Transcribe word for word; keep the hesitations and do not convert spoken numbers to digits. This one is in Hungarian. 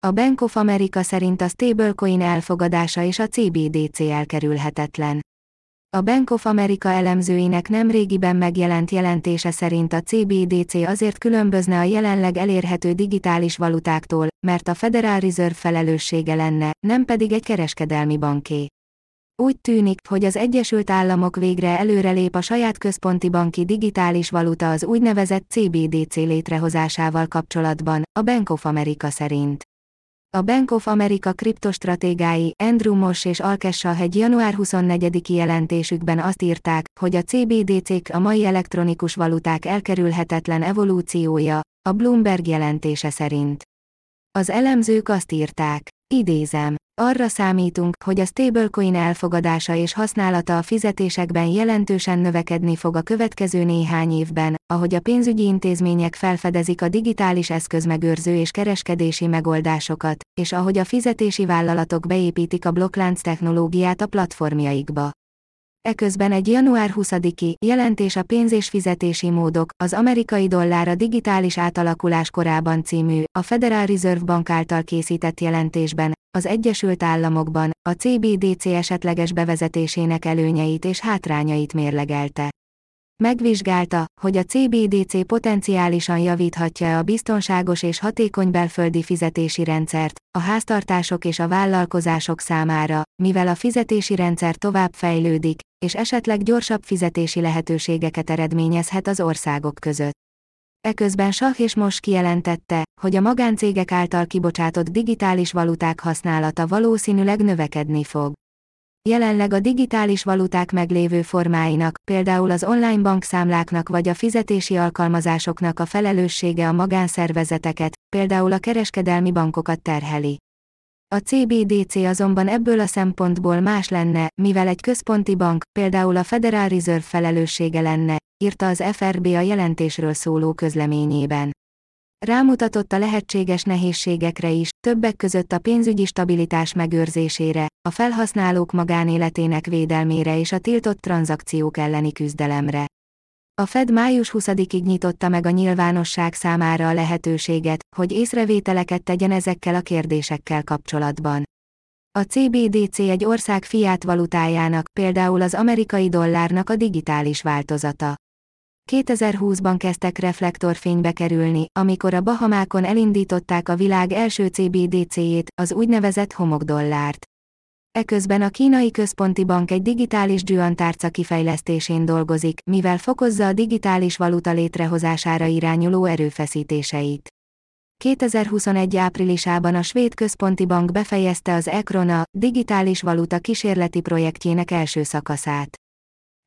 A Bank of America szerint a stablecoin elfogadása és a cé bé dé cé elkerülhetetlen. A Bank of America elemzőinek nemrégiben megjelent jelentése szerint a cé bé dé cé azért különbözne a jelenleg elérhető digitális valutáktól, mert a Federal Reserve felelőssége lenne, nem pedig egy kereskedelmi banké. Úgy tűnik, hogy az Egyesült Államok végre előrelép a saját központi banki digitális valuta az úgynevezett cé bé dé cé létrehozásával kapcsolatban, a Bank of America szerint. A Bank of America kriptostratégái, Andrew Moss és Alkesh Shah egy január huszonnegyediki jelentésükben azt írták, hogy a cé bé dé cék a mai elektronikus valuták elkerülhetetlen evolúciója, a Bloomberg jelentése szerint. Az elemzők azt írták, idézem, arra számítunk, hogy a stablecoin elfogadása és használata a fizetésekben jelentősen növekedni fog a következő néhány évben, ahogy a pénzügyi intézmények felfedezik a digitális eszközmegőrző és kereskedési megoldásokat, és ahogy a fizetési vállalatok beépítik a blokklánc technológiát a platformjaikba. Eközben egy január huszadiki jelentés a pénz- és fizetési módok, az amerikai dollár a digitális átalakulás korában című, a Federal Reserve Bank által készített jelentésben, az Egyesült Államokban, a cé bé dé cé esetleges bevezetésének előnyeit és hátrányait mérlegelte. Megvizsgálta, hogy a cé bé dé cé potenciálisan javíthatja a biztonságos és hatékony belföldi fizetési rendszert, a háztartások és a vállalkozások számára, mivel a fizetési rendszer tovább fejlődik, és esetleg gyorsabb fizetési lehetőségeket eredményezhet az országok között. Eközben Shah és Moss kijelentette, hogy a magáncégek által kibocsátott digitális valuták használata valószínűleg növekedni fog. Jelenleg a digitális valuták meglévő formáinak, például az online bankszámláknak vagy a fizetési alkalmazásoknak a felelőssége a magánszervezeteket, például a kereskedelmi bankokat terheli. A cé bé dé cé azonban ebből a szempontból más lenne, mivel egy központi bank, például a Federal Reserve felelőssége lenne, írta az ef er bé a jelentésről szóló közleményében. Rámutatott a lehetséges nehézségekre is, többek között a pénzügyi stabilitás megőrzésére, a felhasználók magánéletének védelmére és a tiltott tranzakciók elleni küzdelemre. A Fed május huszadikig nyitotta meg a nyilvánosság számára a lehetőséget, hogy észrevételeket tegyen ezekkel a kérdésekkel kapcsolatban. A cé bé dé cé egy ország fiat valutájának, például az amerikai dollárnak a digitális változata. kétezer-húszban kezdtek reflektorfénybe kerülni, amikor a Bahamákon elindították a világ első cé bé dé céjét, az úgynevezett homokdollárt. Eközben a kínai központi bank egy digitális dzsüan-tárca kifejlesztésén dolgozik, mivel fokozza a digitális valuta létrehozására irányuló erőfeszítéseit. kétezer-huszonegy áprilisában a svéd központi bank befejezte az e-krona, digitális valuta kísérleti projektjének első szakaszát.